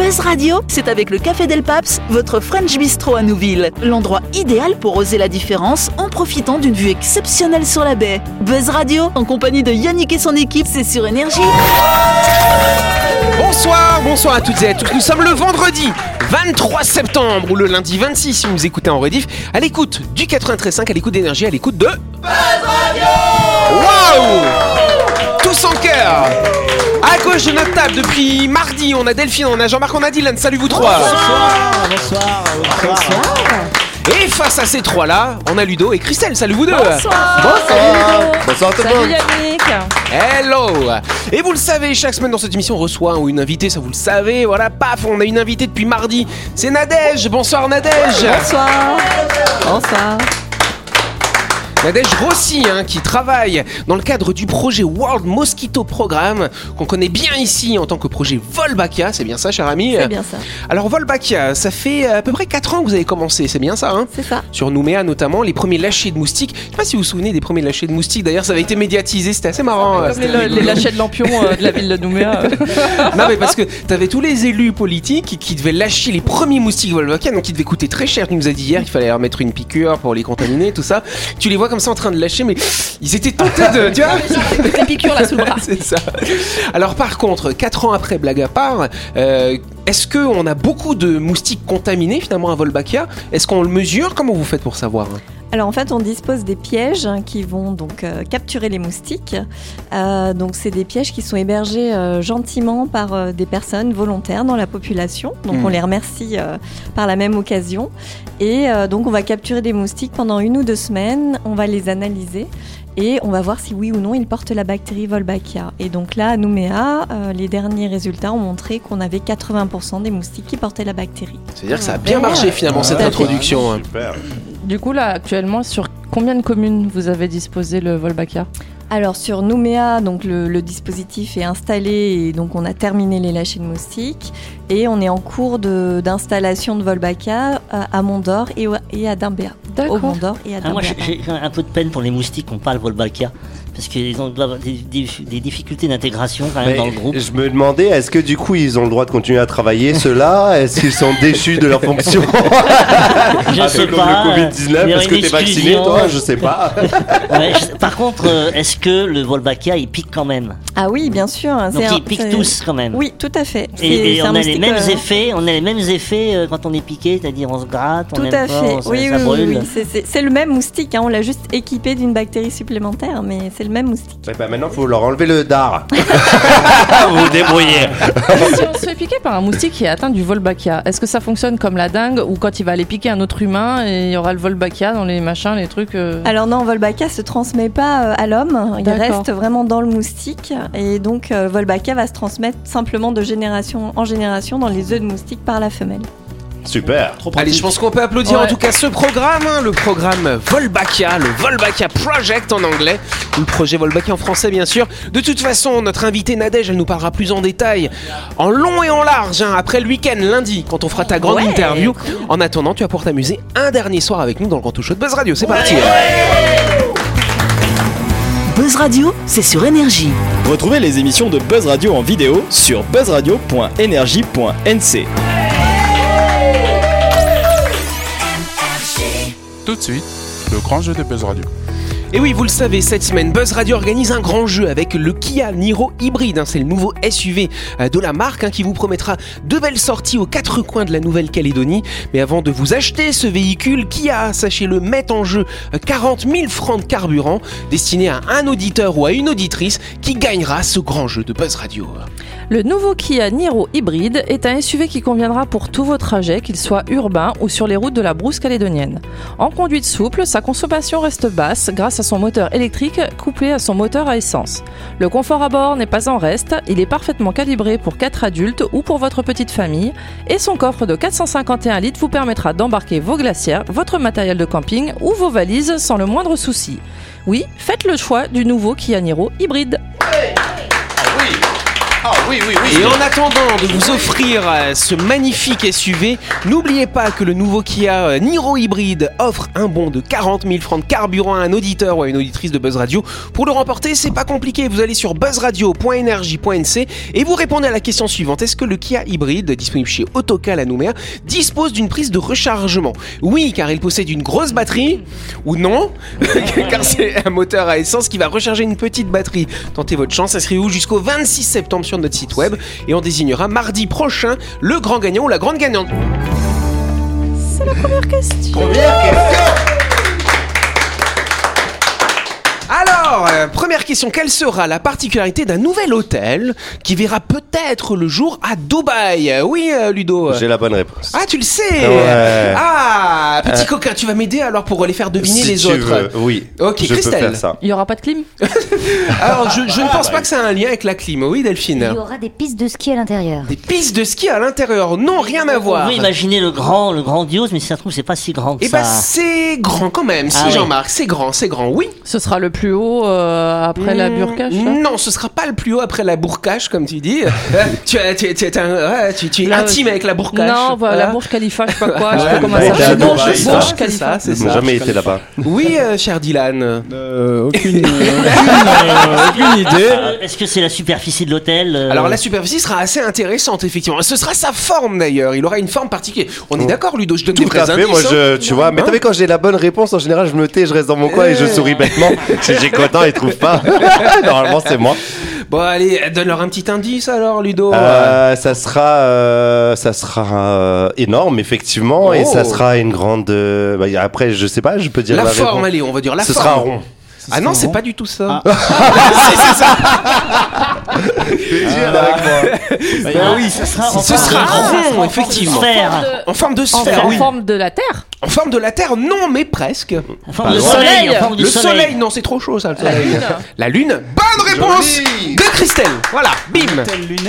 Buzz Radio, c'est avec le Café Del Paps, votre French Bistro à Nouville. L'endroit idéal pour oser la différence en profitant d'une vue exceptionnelle sur la baie. Buzz Radio, en compagnie de Yannick et son équipe, c'est sur Énergie. Bonsoir à toutes et à tous. Nous sommes le vendredi 23 septembre ou le lundi 26 si vous nous écoutez en rediff, à l'écoute du 93.5, à l'écoute d'Énergie, à l'écoute de Buzz Radio. Waouh! Tous en cœur. À gauche de notre table, depuis mardi, on a Delphine, on a Jean-Marc, on a Dylan. Salut vous trois. Bonsoir. Et face à ces trois-là, on a Ludo et Christelle. Salut vous deux. Bonsoir tout le monde. Salut Yannick. Hello. Et vous le savez, chaque semaine dans cette émission, on reçoit une invitée, ça vous le savez. Voilà, paf, on a une invitée depuis mardi. C'est Nadège. Bonsoir Nadège. Bonsoir. Nadège Rossi, qui travaille dans le cadre du projet World Mosquito Programme, qu'on connaît bien ici en tant que projet Volbakia. C'est bien ça, cher ami? C'est bien ça. Alors Volbakia, ça fait à peu près 4 ans que vous avez commencé, c'est bien ça, C'est ça. Sur Nouméa notamment, les premiers lâchers de moustiques. Je sais pas si vous vous souvenez des premiers lâchers de moustiques, d'ailleurs ça avait été médiatisé, c'était assez marrant. Comme les lâchers de lampions de la ville de Nouméa. Non mais parce que t'avais tous les élus politiques qui devaient lâcher les premiers moustiques Volbakia, donc ils devaient coûter très cher. Tu nous as dit hier qu'il fallait leur mettre une piqûre pour les contaminer, tout ça. Tu les vois comme ça en train de lâcher, mais ils étaient tentés de... Tu vois, Des piqûres là sous le bras. c'est ça. Alors par contre, 4 ans après, blague à part, est-ce qu'on a beaucoup de moustiques contaminés finalement à Volbakia? Est-ce qu'on le mesure? Comment vous faites pour savoir? Alors en fait, on dispose des pièges qui vont donc capturer les moustiques. Donc c'est des pièges qui sont hébergés gentiment par des personnes volontaires dans la population. Donc on les remercie par la même occasion. Et donc on va capturer des moustiques pendant 1 ou 2 semaines. On va les analyser. Et on va voir si oui ou non ils portent la bactérie Volbakia. Et donc là, à Nouméa, les derniers résultats ont montré qu'on avait 80% des moustiques qui portaient la bactérie. C'est-à-dire que ça a bien marché finalement cette introduction. Super. Du coup là actuellement sur combien de communes vous avez disposé le Volbakia? Alors sur Nouméa, donc le dispositif est installé et donc on a terminé les lâchers de moustiques et on est en cours d'installation de Volbakia à Mont-d'Or et à Dimbéa. D'accord. Au Mont-d'or et à Dimbéa. Moi j'ai un peu de peine pour les moustiques qu'on parle Volbakia parce qu'ils doivent avoir des difficultés d'intégration quand même dans le groupe. Je me demandais, est-ce que du coup ils ont le droit de continuer à travailler, ceux-là? Est-ce qu'ils sont déchus de leur fonction? Je sais comme pas. le Covid-19, est-ce que t'es vacciné toi? Je sais pas. Ouais, par contre, est-ce que le Volbakia il pique quand même? Ah oui, bien sûr. Donc ils piquent tous quand même. Oui, tout à fait. Et C'est on un a les moustique, mêmes effets. On a les mêmes effets quand on est piqué, c'est-à-dire on se gratte, on Tout aime à pas, fait. ça brûle. C'est le même moustique. On l'a juste équipé d'une bactérie supplémentaire, mais c'est le même moustique. Ouais, bah maintenant faut leur enlever le dard. Vous vous débrouillez. Si on se fait piquer par un moustique qui est atteint du Volbakia, est-ce que ça fonctionne comme la dengue ou quand il va aller piquer un autre humain et il y aura le Volbakia dans les machins, les trucs Alors non, Volbakia se transmet pas à l'homme. Il D'accord. reste vraiment dans le moustique. Et donc Volbakia va se transmettre simplement de génération en génération dans les œufs de moustique par la femelle. Super. Allez, je pense qu'on peut applaudir Ouais. en tout cas ce programme, le programme Volbakia, le Volbakia Project en anglais, ou le projet Volbakia en français bien sûr. De toute façon, notre invitée Nadège, elle nous parlera plus en détail, en long et en large, après le week-end, lundi, quand on fera ta grande interview. En attendant, tu vas pouvoir t'amuser un dernier soir avec nous dans le Grand Show de Buzz Radio. C'est parti. Buzz Radio, c'est sur Énergie. Retrouvez les émissions de Buzz Radio en vidéo sur buzzradio.energie.nc. Tout de suite, le grand jeu de Buzz Radio. Et oui, vous le savez, cette semaine, Buzz Radio organise un grand jeu avec le Kia Niro Hybride. C'est le nouveau SUV de la marque qui vous promettra de belles sorties aux 4 coins de la Nouvelle-Calédonie. Mais avant de vous acheter ce véhicule, Kia, sachez-le, met en jeu 40 000 francs de carburant destiné à un auditeur ou à une auditrice qui gagnera ce grand jeu de Buzz Radio. Le nouveau Kia Niro Hybride est un SUV qui conviendra pour tous vos trajets, qu'ils soient urbains ou sur les routes de la brousse calédonienne. En conduite souple, sa consommation reste basse grâce à son moteur électrique couplé à son moteur à essence. Le confort à bord n'est pas en reste, il est parfaitement calibré pour 4 adultes ou pour votre petite famille et son coffre de 451 litres vous permettra d'embarquer vos glacières, votre matériel de camping ou vos valises sans le moindre souci. Oui, faites le choix du nouveau Kia Niro Hybride. oui. Et en attendant de vous offrir ce magnifique SUV, n'oubliez pas que le nouveau Kia Niro hybride offre un bon de 40 000 francs de carburant à un auditeur ou à une auditrice de Buzz Radio. Pour le remporter, c'est pas compliqué, vous allez sur buzzradio.energie.nc et vous répondez à la question suivante. Est-ce que le Kia hybride, disponible chez Autocal à Nouméa, dispose d'une prise de rechargement? Oui, car il possède une grosse batterie, ou non, car c'est un moteur à essence qui va recharger une petite batterie. Tentez votre chance, inscrivez-vous jusqu'au 26 septembre sur notre site web et on désignera mardi prochain le grand gagnant ou la grande gagnante. C'est la première question. Alors, première question, quelle sera la particularité d'un nouvel hôtel qui verra peut-être le jour à Dubaï? Oui, Ludo. J'ai la bonne réponse. Ah, tu le sais. Ouais. Ah, petit coquin, tu vas m'aider alors pour les faire deviner Si les tu autres. veux, oui. Ok, je peux Christelle. faire ça. Il y aura pas de clim? Alors, je ne pense pas que ça a un lien avec la clim. Oui, Delphine. Il y aura des pistes de ski à l'intérieur. Des pistes de ski à l'intérieur. Non, rien à On voir. peut imaginer le grandiose, mais si ça se trouve, c'est pas si grand que Eh ça. ben, c'est grand quand même, si Ah, Jean-Marc. C'est grand, oui. Ce sera le plus haut après la burkache là. Non, ce sera pas le plus haut après la bourcache, comme tu dis. tu es Là, intime avec la bourcache. Non, voilà, la Burj Khalifa, je sais pas quoi, je sais Ouais, pas comment mais ça t'es à s'appelle. Dubaï, ça. Burj C'est Khalifa. ça, c'est Ils n'ont ça. jamais été là-bas. Oui, cher Dylan. Aucune idée. Est-ce que c'est la superficie de l'hôtel Alors la superficie sera assez intéressante, effectivement. Ce sera sa forme d'ailleurs. Il aura une forme particulière. On est d'accord, Ludo? Je donne des Tout à vrais fait, indices. moi tu vois, mais t'as vu quand j'ai la bonne réponse, en général je me tais, je reste dans mon coin et je souris bêtement. Si j'ai content, ils trouvent pas. Normalement c'est moi. Bon allez, donne-leur un petit indice alors, Ludo. Ça sera énorme effectivement et ça sera une grande. Après je sais pas, je peux dire la forme, réponse. allez, on va dire la Ce forme. sera rond. Ah non, c'est pas du tout ça. C'est ça. oui, ce sera rond, effectivement. En forme de sphère, oui. En forme de la Terre. En forme de la Terre, non, mais presque. En forme de Le soleil. soleil. En forme de Le soleil, non, c'est trop chaud ça, le soleil. La lune. Bonne réponse de Christelle. Voilà, bim. Hôtel lunaire.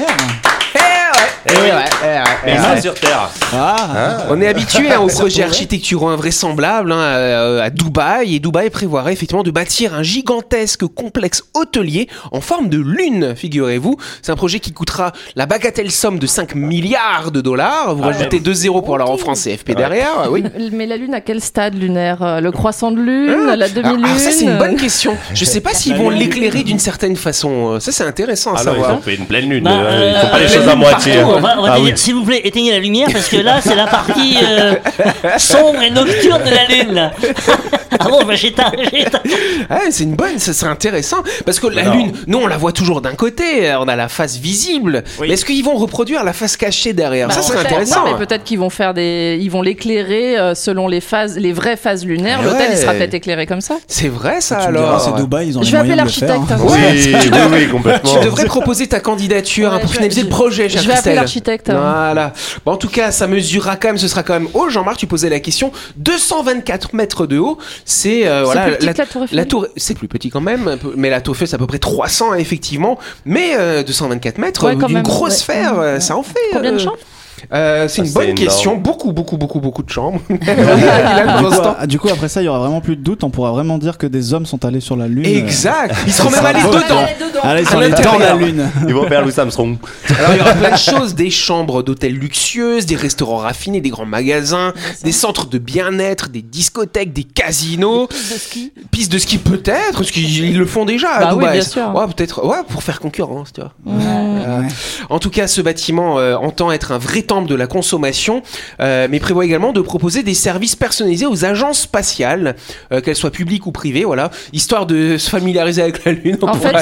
Mais ça sur Terre. On est habitué aux projets architecturaux invraisemblables à Dubaï, et Dubaï prévoirait effectivement de bâtir un gigantesque complexe hôtelier en forme de lune, figurez-vous. C'est un projet qui coûtera la bagatelle somme de 5 milliards de dollars. Vous rajoutez 2 zéros pour alors en France CFP derrière, oui. Mais la Lune à quel stade lunaire? Le croissant de Lune, la demi-lune? Alors ça c'est une bonne question. Je sais pas s'ils vont l'éclairer d'une certaine façon. Ça c'est intéressant à Alors ils savoir. ont fait une pleine lune. Bah, Ils font pas les choses à moitié. On va dire, s'il vous plaît, éteignez la lumière parce que là, c'est la partie sombre et nocturne de la lune. Là. Ah bon, j'éteins. C'est une bonne, ça serait intéressant parce que la lune, nous on la voit toujours d'un côté, on a la face visible, mais est-ce qu'ils vont reproduire la face cachée derrière? Ça serait intéressant. Non, mais peut-être qu'ils vont faire ils vont l'éclairer selon les phases, les vraies phases lunaires. Ouais. L'hôtel il sera peut-être éclairé comme ça. C'est vrai ça Tu me alors. diras, c'est Dubaï, ils ont Je les vais appeler moyens de le faire. l'architecte. Oui, complètement. Tu devrais proposer ta candidature pour finaliser le projet, cher Je vais appeler Christelle. l'architecte. Voilà. Bon, en tout cas, ça mesurera quand même, ce sera quand même haut. Jean-Marc, tu posais la question. 224 mètres de haut, c'est voilà. plus petit que la Tour Eiffel. La tour, c'est plus petit quand même, mais la Tour Eiffel, c'est à peu près 300 effectivement. Mais 224 mètres, Ouais, quand d'une même, grosse ouais. sphère, ça en fait. Combien de chambres? C'est une c'est bonne énorme. question. Beaucoup de chambres. Du coup, après ça, il y aura vraiment plus de doute. On pourra vraiment dire que des hommes sont allés sur la Lune. Exact. Ils seront Ça même allés sera dedans. Allez, ils À sont allés dans la l'intérieur. Lune. Ils vont faire Louis Armstrong. Alors il y aura plein de choses, des chambres d'hôtels luxueuses, des restaurants raffinés, des grands magasins, des centres de bien-être, des discothèques, des casinos, pistes de ski peut-être, parce qu'ils le font déjà à Bah oui, Dubaï. bien sûr. Ouais, peut-être, ouais, pour faire concurrence, tu vois. En tout cas, ce bâtiment entend être un vrai temple de la consommation, mais prévoit également de proposer des services personnalisés aux agences spatiales, qu'elles soient publiques ou privées, voilà, histoire de se familiariser avec la Lune. En fait,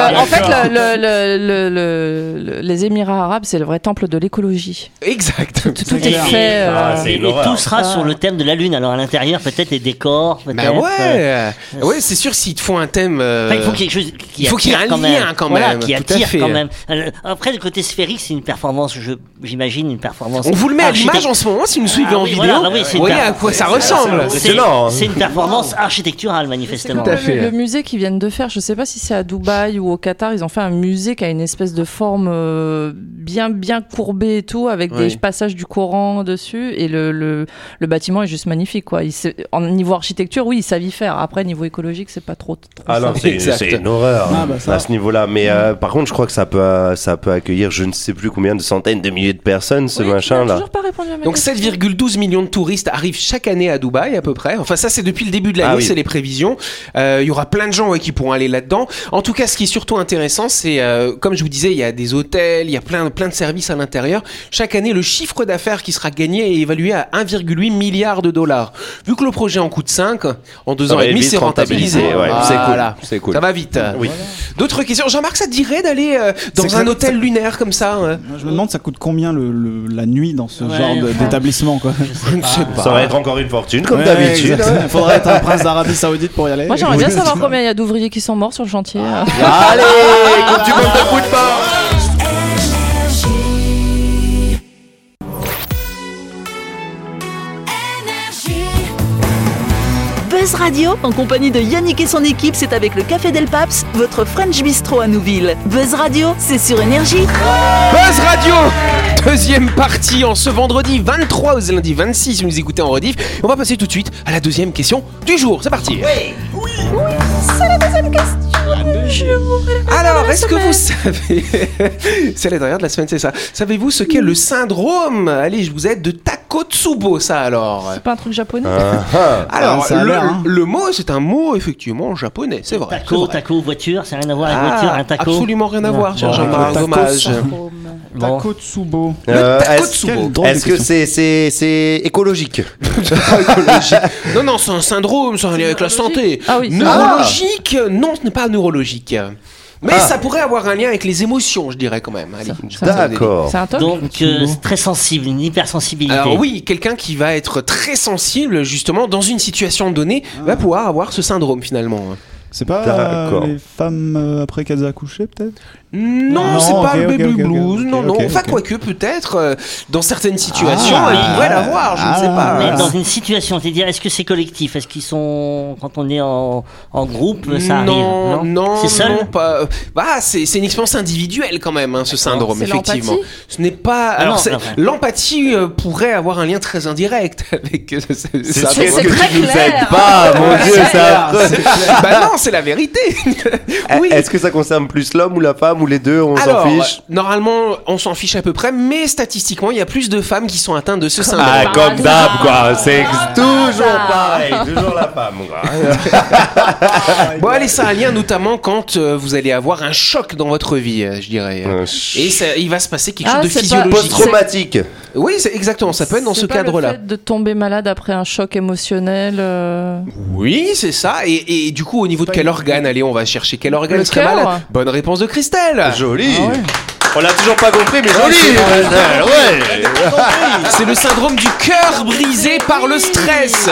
les Émirats arabes, c'est le vrai temple de l'écologie. Exact. Tout est fait. C'est une Et horreur. tout sera sur le thème de la lune. Alors à l'intérieur, peut-être les décors. Peut-être, Bah ouais, c'est sûr s'ils te font un thème. Enfin, il faut quelque chose qui il faut qu'il y ait attire un lien quand Voilà, même, qui tout à attire fait. quand même. Après, le côté sphérique, c'est une performance, j'imagine, une performance. On vous le met à l'image en ce moment si vous nous suivez en vidéo. Voilà, oui, vous voyez à quoi ça ressemble. C'est une performance architecturale, manifestement. Tout à fait. Le musée qu'ils viennent de faire, je sais pas si c'est à Dubaï ou au Qatar, ils ont fait un musée qui a une espèce de forme bien courbée et tout, avec des passages du Coran dessus, et le bâtiment est juste magnifique, quoi. En niveau architecture, oui, ils savent y faire. Après, niveau écologique, c'est pas trop non, c'est une horreur à ce niveau-là. Mais par contre, je crois que ça peut accueillir je ne sais plus combien de centaines de milliers de personnes, ce machin-là. Toujours pas répondu à ma Donc question. 7,12 millions de touristes arrivent chaque année à Dubaï à peu près. Enfin ça c'est depuis le début de l'année, c'est les prévisions. Il y aura plein de gens qui pourront aller là-dedans. En tout cas ce qui est surtout intéressant c'est comme je vous disais il y a des hôtels, il y a plein de services à l'intérieur. Chaque année le chiffre d'affaires qui sera gagné est évalué à 1,8 milliard de dollars. Vu que le projet en coûte 5, en 2 ans et demi c'est rentabilisé. C'est cool. Ça va vite. Oui. D'autres questions? Jean-Marc, ça te dirait d'aller dans un hôtel lunaire comme ça Je me demande ça coûte combien la nuit dans ce genre d'établissement, quoi. Je ne sais pas. Ça va être encore une fortune comme d'habitude. Il faudrait être un prince d'Arabie Saoudite pour y aller. Moi j'aimerais bien savoir combien il y a d'ouvriers qui sont morts sur le chantier. Allez, comme tu montes de coup de pas. Buzz Radio, en compagnie de Yannick et son équipe, c'est avec le Café Del Paps, votre French Bistro à Nouville. Buzz Radio, c'est sur Énergie. Buzz Radio, deuxième partie en ce vendredi 23 au lundi 26 si vous nous écoutez en rediff. On va passer tout de suite à la deuxième question du jour. C'est parti. Oui, c'est la deuxième question. Alors, est-ce que vous savez, c'est la dernière de la semaine, c'est ça. Savez-vous ce qu'est le syndrome, allez, je vous aide, de Takotsubo, ça alors? C'est pas un truc japonais? Alors, le mot, c'est un mot effectivement japonais, c'est vrai. Taco, voiture, ça n'a rien à voir avec voiture, un taco. Absolument rien à voir, cher Jean-Marc, dommage. Takotsubo. Est-ce que c'est écologique? Non, c'est un syndrome, ça a un lien avec la santé. Ah oui, neurologique, non, ce n'est pas neurologique. Mais ça pourrait avoir un lien avec les émotions, je dirais quand même. Allez, d'accord. C'est un top. Donc très sensible, une hypersensibilité. Alors oui, quelqu'un qui va être très sensible justement dans une situation donnée va pouvoir avoir ce syndrome finalement. C'est pas les femmes après qu'elles accouchaient peut-être? Non, c'est pas le baby blues. Enfin, okay. quoique peut-être dans certaines situations, elles pourraient l'avoir, je ne sais pas. Mais dans une situation, c'est-à-dire, est-ce que c'est collectif? Est-ce qu'ils sont, quand on est en groupe, ça arrive? Non, c'est seul? Non, pas. C'est une expérience individuelle quand même, ce syndrome, effectivement. Ce n'est pas. Alors, l'empathie pourrait avoir un lien très indirect avec ça. C'est très clair. Pas, mon Dieu, ça. Bah non, c'est la vérité. Oui. Est-ce que ça concerne plus l'homme ou la femme? Ou les deux, on s'en fiche? Normalement, on s'en fiche à peu près, mais statistiquement, il y a plus de femmes qui sont atteintes de ce syndrome. Comme d'hab, quoi. C'est toujours pareil. Toujours la femme, quoi. Bon, allez, ça a un lien notamment quand vous allez avoir un choc dans votre vie, je dirais. Et il va se passer quelque chose de physiologique. Post-traumatique. Oui, c'est exactement. Ça peut être dans ce cadre-là. Le fait de tomber malade après un choc émotionnel. Oui, c'est ça. Et du coup, au niveau de quel organe? Allez, on va chercher quel organe serait malade. Bonne réponse de Christelle. Joli. On l'a toujours pas compris, mais joli. C'est le syndrome du cœur brisé par le stress.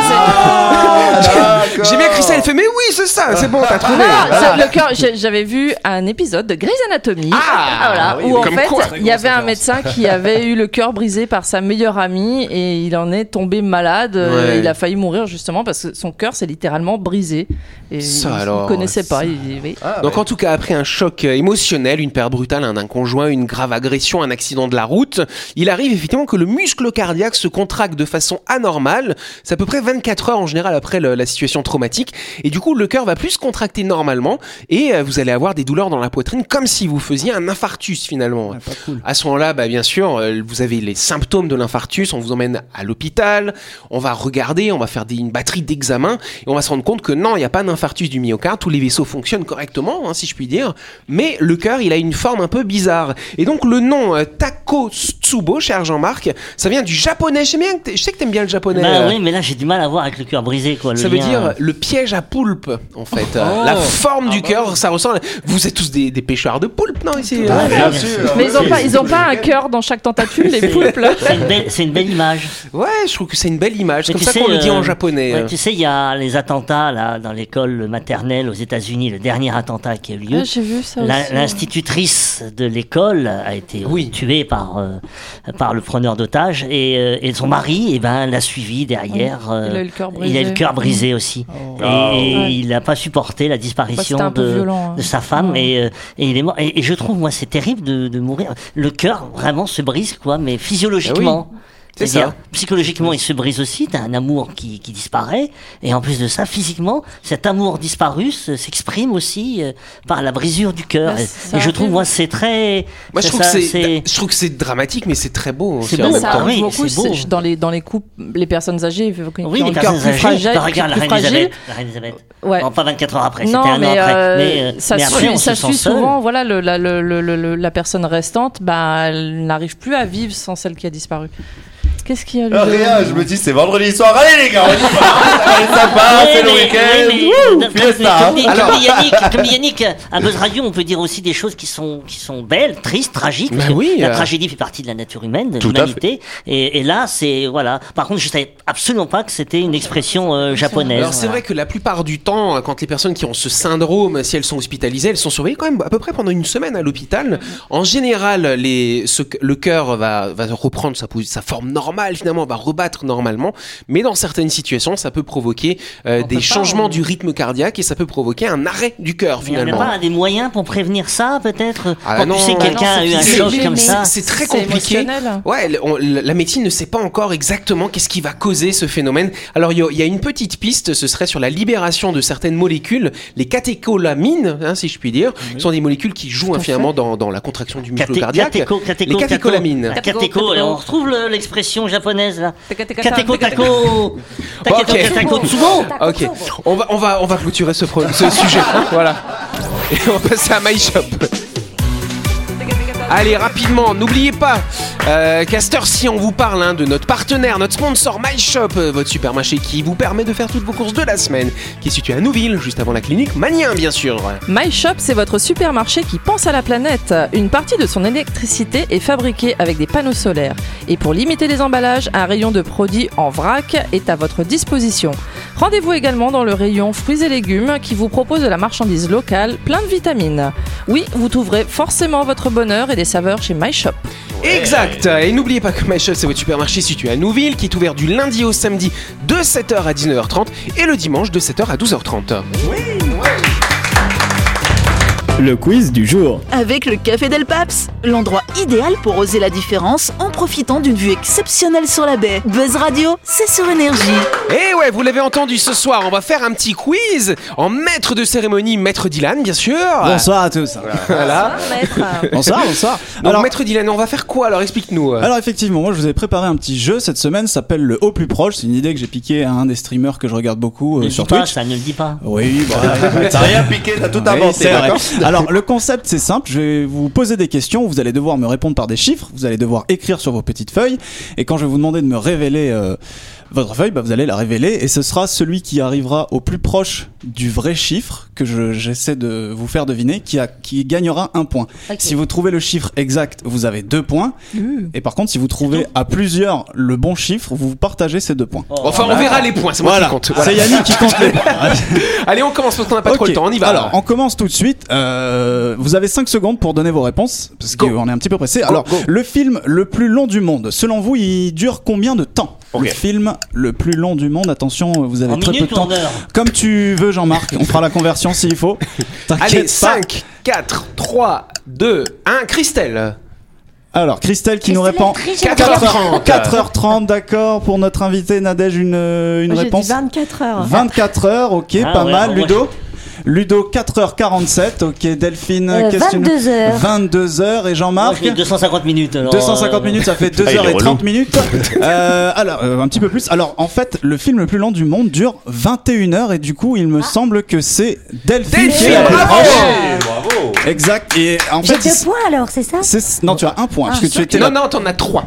J'ai bien Christelle, elle fait mais oui, c'est ça, c'est bon, t'as trouvé. Le cœur, j'avais vu un épisode de Grey's Anatomy où en fait il y avait un médecin qui avait eu le cœur brisé par sa meilleure amie et il en est tombé malade. Il a failli mourir justement parce que son cœur s'est littéralement brisé. Et ça, il ne connaissait pas. Donc en tout cas, après un choc émotionnel, une perte brutale d'un conjoint, une grave agression, un accident de la route, il arrive effectivement que le muscle cardiaque se contracte de façon anormale. C'est à peu près 24 heures en général après la situation traumatique. Et du coup, le cœur va plus se contracter normalement et vous allez avoir des douleurs dans la poitrine comme si vous faisiez un infarctus finalement. Pas cool. À ce moment-là, bien sûr, vous avez les symptômes de l'infarctus, on vous emmène à l'hôpital, on va regarder, on va faire une batterie d'examens et on va se rendre compte que non, il n'y a pas d'infarctus du myocarde, tous les vaisseaux fonctionnent correctement, si je puis dire, mais le cœur, il a une forme un peu bizarre. Et donc le nom Takotsubo, cher Jean-Marc, ça vient du japonais. Je sais que t'aimes bien le japonais. Oui, mais là j'ai du mal à voir avec le cœur brisé, quoi. Ça veut dire le piège à poulpe, en fait. La forme du cœur, ça ressemble. Vous êtes tous des pêcheurs de poulpes, non ici? Bien sûr. Mais ils ont pas un cœur dans chaque tentacule, les poulpes là. C'est une belle image. Ouais, je trouve que c'est une belle image. C'est comme ça qu'on le dit en japonais. Ouais, tu sais, il y a les attentats là dans l'école maternelle aux États-Unis, le dernier attentat qui a eu lieu. J'ai vu ça aussi. L'institutrice de l'école a été tuée par le preneur d'otages et son mari l'a suivi derrière. Il a eu le cœur brisé. Il a eu le cœur brisé aussi. Et il n'a pas supporté la disparition de sa femme et il est mort. Et je trouve, moi, c'est terrible de mourir. Le cœur vraiment se brise, quoi, mais physiologiquement. C'est-à-dire, psychologiquement, il se brise aussi. T'as un amour qui disparaît. Et en plus de ça, physiquement, cet amour disparu s'exprime aussi par la brisure du cœur. Et je trouve, moi, c'est très... Moi, je trouve que c'est dramatique, mais c'est très beau. C'est beau, ça arrive beaucoup beau. Dans les couples, les personnes âgées qui ont les le cœur plus fragile. Regarde la reine Elisabeth. Ouais. Bon, pas 24 heures après, non, c'était un an après. Mais ça suit souvent. Voilà, la personne restante, elle n'arrive plus à vivre sans celle qui a disparu. Qu'est-ce qu'il y a Rien, je me dis c'est vendredi soir, allez les gars, on y va, ça va être sympa, c'est le week-end, fiesta. Comme dit Yannick, à Buzz Radio, on peut dire aussi des choses qui sont belles, tristes, tragiques. La tragédie fait partie de la nature humaine, de l'humanité. Et là, c'est voilà. Par contre, je savais absolument pas que c'était une expression japonaise. Alors c'est vrai que la plupart du temps, quand les personnes qui ont ce syndrome, si elles sont hospitalisées, elles sont surveillées quand même à peu près pendant une semaine à l'hôpital. En général, le cœur va reprendre sa forme normale. Finalement, on va rebattre normalement, mais dans certaines situations, ça peut provoquer des changements du rythme cardiaque et ça peut provoquer un arrêt du cœur finalement. Il n'y a pas des moyens pour prévenir ça, peut-être quand tu sais que quelqu'un a eu un choc comme ça. C'est très compliqué. Ouais, la médecine ne sait pas encore exactement qu'est-ce qui va causer ce phénomène. Alors, il y a une petite piste, ce serait sur la libération de certaines molécules, les catécholamines, si je puis dire. Ce sont des molécules qui jouent finalement dans la contraction du muscle cardiaque. Les catécholamines. On retrouve l'expression japonaise là. Kateko Tsubo. Ok. On va clôturer ce sujet. Voilà. Et on va passer à MyShop. Allez, rapidement, n'oubliez pas qu'à cette heure-ci, on vous parle de notre partenaire, notre sponsor MyShop, votre supermarché qui vous permet de faire toutes vos courses de la semaine, qui est situé à Nouville, juste avant la clinique Magnien, bien sûr. MyShop, c'est votre supermarché qui pense à la planète. Une partie de son électricité est fabriquée avec des panneaux solaires. Et pour limiter les emballages, un rayon de produits en vrac est à votre disposition. Rendez-vous également dans le rayon fruits et légumes qui vous propose de la marchandise locale plein de vitamines. Oui, vous trouverez forcément votre bonheur et des saveurs chez MyShop. Exact. Et n'oubliez pas que MyShop, c'est votre supermarché situé à Nouville, qui est ouvert du lundi au samedi de 7h à 19h30 et le dimanche de 7h à 12h30. Le quiz du jour. Avec le Café Del Paps, l'endroit idéal pour oser la différence en profitant d'une vue exceptionnelle sur la baie. Buzz Radio, c'est sur Énergie. Et ouais, vous l'avez entendu ce soir, on va faire un petit quiz en maître de cérémonie, Maître Dylan, bien sûr. Bonsoir à tous. Voilà. Bonsoir. Donc, alors, Maître Dylan, on va faire quoi alors? Explique-nous. Alors effectivement, moi je vous ai préparé un petit jeu cette semaine, ça s'appelle le Au plus proche. C'est une idée que j'ai piquée à un des streamers que je regarde beaucoup sur Twitch. Ne le dis pas. Oui, t'as rien piqué, t'as tout inventé, d'accord. Alors le concept c'est simple, je vais vous poser des questions, vous allez devoir me répondre par des chiffres, vous allez devoir écrire sur vos petites feuilles, et quand je vais vous demander de me révéler votre feuille, vous allez la révéler, et ce sera celui qui arrivera au plus proche du vrai chiffre que j'essaie de vous faire deviner qui gagnera un point. Okay. Si vous trouvez le chiffre exact, vous avez 2 points, et par contre si vous trouvez à plusieurs le bon chiffre, vous partagez ces 2 points. Enfin on verra les points, c'est moi qui compte. Voilà. C'est Yannick qui compte les points. Allez, on commence parce qu'on n'a pas trop le temps, on y va. Alors on commence tout de suite. Vous avez 5 secondes pour donner vos réponses parce qu'on est un petit peu pressé. Alors le film le plus long du monde, selon vous, il dure combien de temps? Le film le plus long du monde, attention, vous avez très peu de temps. Comme tu veux, Jean-Marc, on fera la conversion s'il faut. Allez, 5, 4, 3, 2, 1, Christelle. Alors, Christelle qui nous répond 4h30. 4h30, d'accord. Pour notre invité, Nadège, une réponse. J'ai dit 24h. 24h, ok, pas mal. Ludo, 4h47, ok. Delphine, 22h. 22h. Et Jean-Marc? Moi, je mets 250 minutes. Alors, 250 minutes, ça fait 2h30 minutes. Alors, un petit peu plus. Alors, en fait, le film le plus long du monde dure 21h, et du coup, il me semble que c'est Delphine qui est la plus proche. Bravo. Exact. Et en J'ai fait, 2 points alors, c'est ça? Non, tu as 1 point. Parce que tu étais non, t'en as 3.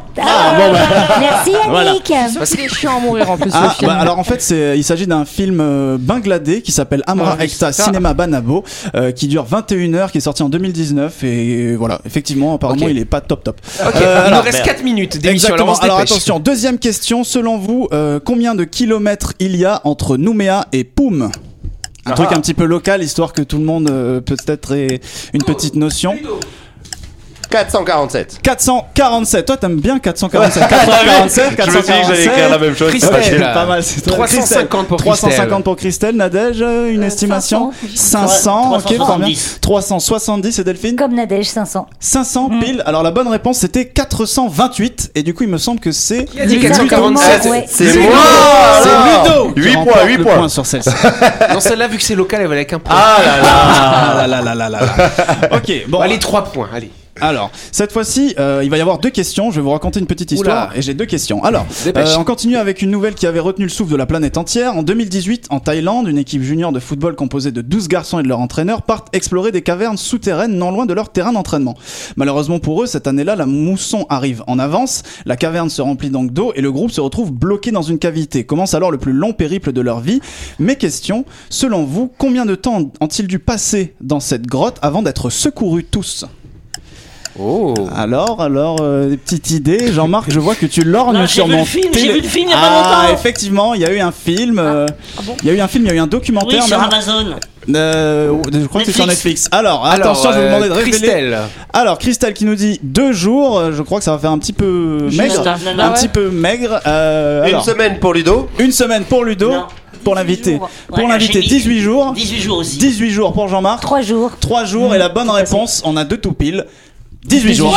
Merci Yannick. Parce qu'il est chiant à mourir en plus le film. Alors en fait, il s'agit d'un film bangladais qui s'appelle Amra Ekta Cinéma Banabo, qui dure 21h, qui est sorti en 2019, et voilà, effectivement, apparemment il est pas top. Ok, il nous reste 4 minutes d'émission. Alors attention, deuxième question, selon vous, combien de kilomètres il y a entre Nouméa et Poum? Un truc un petit peu local, histoire que tout le monde peut-être ait une petite notion. 447. 447. Toi, t'aimes bien 447. 447. Je me suis dit que j'allais écrire la même chose. Christelle, pas mal. C'est 350 pour Christelle. 350 pour Christelle. Nadège, une estimation 500. Ok, pas bien. 370 et Delphine. Comme Nadège, 500. 500 pile. Alors la bonne réponse c'était 428 et du coup il me semble que c'est. Qui a dit 447? Ouais. C'est moi. C'est Ludo. 8 qui points, remporte 8 le points. point sur celle-ci. Non, celle-là, vu que c'est local, elle va avec un point. Ah là. Ok, bon. Allez, 3 points, allez. Alors, cette fois-ci, il va y avoir 2 questions. Je vais vous raconter une petite histoire. Oula. Et j'ai 2 questions. Alors, Dépêche. on continue avec une nouvelle qui avait retenu le souffle de la planète entière. En 2018, en Thaïlande, une équipe junior de football composée de 12 garçons et de leur entraîneur partent explorer des cavernes souterraines non loin de leur terrain d'entraînement. Malheureusement pour eux, cette année-là, la mousson arrive en avance. La caverne se remplit donc d'eau et le groupe se retrouve bloqué dans une cavité. Commence alors le plus long périple de leur vie. Mes questions, selon vous, combien de temps ont-ils dû passer dans cette grotte avant d'être secourus tous ? Oh. Alors, des petites idées. Jean-Marc, je vois que tu lorgnes sur mon J'ai vu le film il y a pas longtemps. Effectivement, il y a eu un film. Il y a eu un film, il y a eu un documentaire. Oui, sur même. Amazon. Je crois que c'est sur Netflix. Alors, attention, je vais vous demander de révéler. Christelle. Alors, Christelle qui nous dit 2 jours. Je crois que ça va faire un petit peu maigre. Non, Petit peu maigre. Une semaine pour Ludo. Une semaine pour Ludo. Non. Pour l'invité. Ouais, Pour l'invité, j'ai mis 18 jours. 18 jours aussi. 18 jours pour Jean-Marc. 3 jours. 3 jours. Et la bonne réponse, on a 2 tout pile. 18 jours.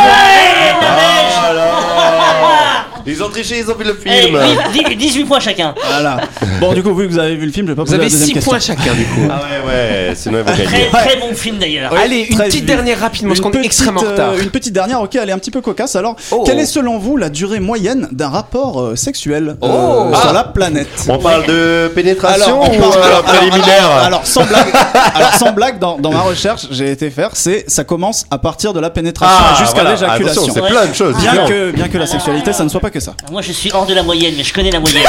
Ils ont triché, ils ont vu le Eh, film. 18 points chacun. Voilà. Bon, du coup, vu que vous avez vu le film, je vais pas Vous poser la avez deuxième 6 question. points chacun, du coup. Ah ouais, sinon ils vont gagner. Très bon film d'ailleurs. Allez, une Très petite vite. dernière rapidement, parce qu'on est extrêmement en retard. Une petite dernière, ok, elle est un petit peu cocasse. Alors, Oh. quelle est selon vous la durée moyenne d'un rapport sexuel Oh. sur la planète? On parle de pénétration on ou parle- préliminaire? alors, sans blague, dans ma recherche, j'ai été faire, ça commence à partir de la pénétration jusqu'à voilà. l'éjaculation. Attention, c'est plein de choses. Bien que la sexualité, ça ne soit pas que ça. Moi je suis hors de la moyenne, mais je connais la moyenne.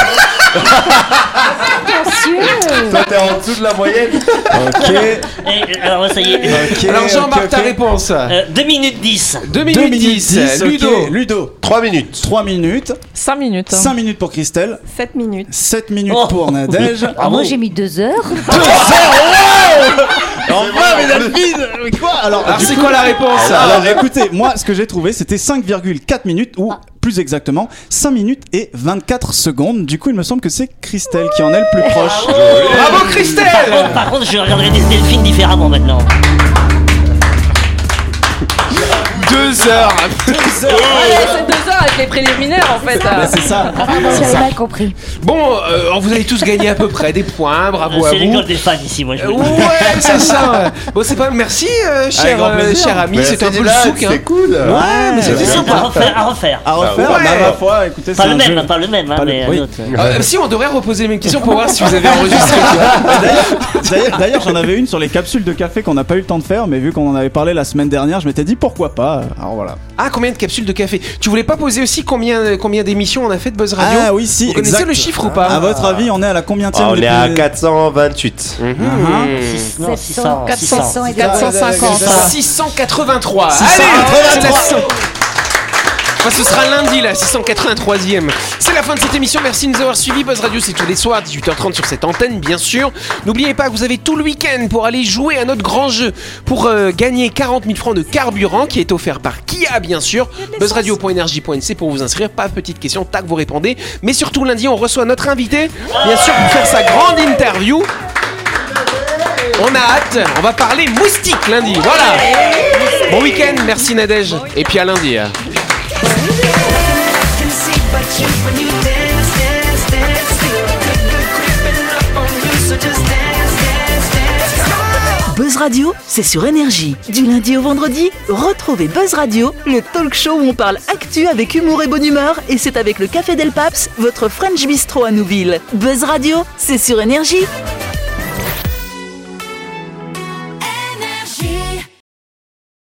Toi, t'es en dessous de la moyenne. Ok. Et, alors ça y est. Ok, Alors, Jean-Marc, ok, ta ok. réponse. 2 minutes 10. 2 minutes 10. ok. Ludo. Ludo. 3 minutes. 3 minutes. 5 minutes. 5 minutes pour Christelle. 7 minutes. 7 minutes Oh. pour Nadège. Moi, j'ai mis 2 heures. Enfin, mais Delphine, mais quoi? Alors, Alors, du c'est coup- quoi la réponse? Alors écoutez, moi ce que j'ai trouvé c'était 5,4 minutes ou plus exactement 5 minutes et 24 secondes. Du coup il me semble que c'est Christelle qui en est le plus proche. Bravo, Christelle. Par contre, je regarderai des Delphines différemment maintenant. 2 heures. Ouais, c'est 2 heures avec les préliminaires en fait. Bah, c'est ça. J'avais mal compris. Bon, vous avez tous gagné à peu près des points. Bravo à C'est vous. l'école des fans ici, moi je vous le dis. Ouais, c'est ça. Bon, c'est pas. Merci, grand plaisir. cher ami. Mais C'était un peu le là, souk. Hein. c'est cool. Ouais, mais c'était À sympa. refaire, à refaire. À refaire, Ouais. mais à la fois, écoutez, Pas c'est le un même, jeu. hein, pas le même, hein, Pas le- mais oui. un autre. Si, on devrait reposer les mêmes questions pour voir si vous avez enregistré. D'ailleurs, j'en avais une sur les capsules de café qu'on n'a pas eu le temps de faire, mais vu qu'on en avait parlé la semaine dernière, je m'étais dit pourquoi pas. Alors voilà. Ah, combien de capsules de café? Tu voulais pas poser aussi combien d'émissions on a fait de Buzz Radio? Ah oui, si. Vous connaissez exact. le chiffre ou pas? À votre avis, on est à la combienième On est à 428. Non, 600. 400 et 450. 683. 683. Enfin, ce sera lundi, là, 683e. C'est la fin de cette émission. Merci de nous avoir suivis. Buzz Radio, c'est tous les soirs, 18h30 sur cette antenne, bien sûr. N'oubliez pas que vous avez tout le week-end pour aller jouer à notre grand jeu pour gagner 40 000 francs de carburant qui est offert par Kia, bien sûr. BuzzRadio.energie.nc pour vous inscrire. Pas de petite question, tac, vous répondez. Mais surtout, lundi, on reçoit notre invité, bien sûr, pour faire sa grande interview. On a hâte, on va parler moustique lundi. Voilà. Bon week-end, merci Nadège. Et puis à lundi. Buzz Radio, c'est sur Énergie. Du lundi au vendredi, retrouvez Buzz Radio, le talk show où on parle actu avec humour et bonne humeur. Et c'est avec le Café Del Paps, votre French Bistro à Nouville. Buzz Radio, c'est sur Énergie.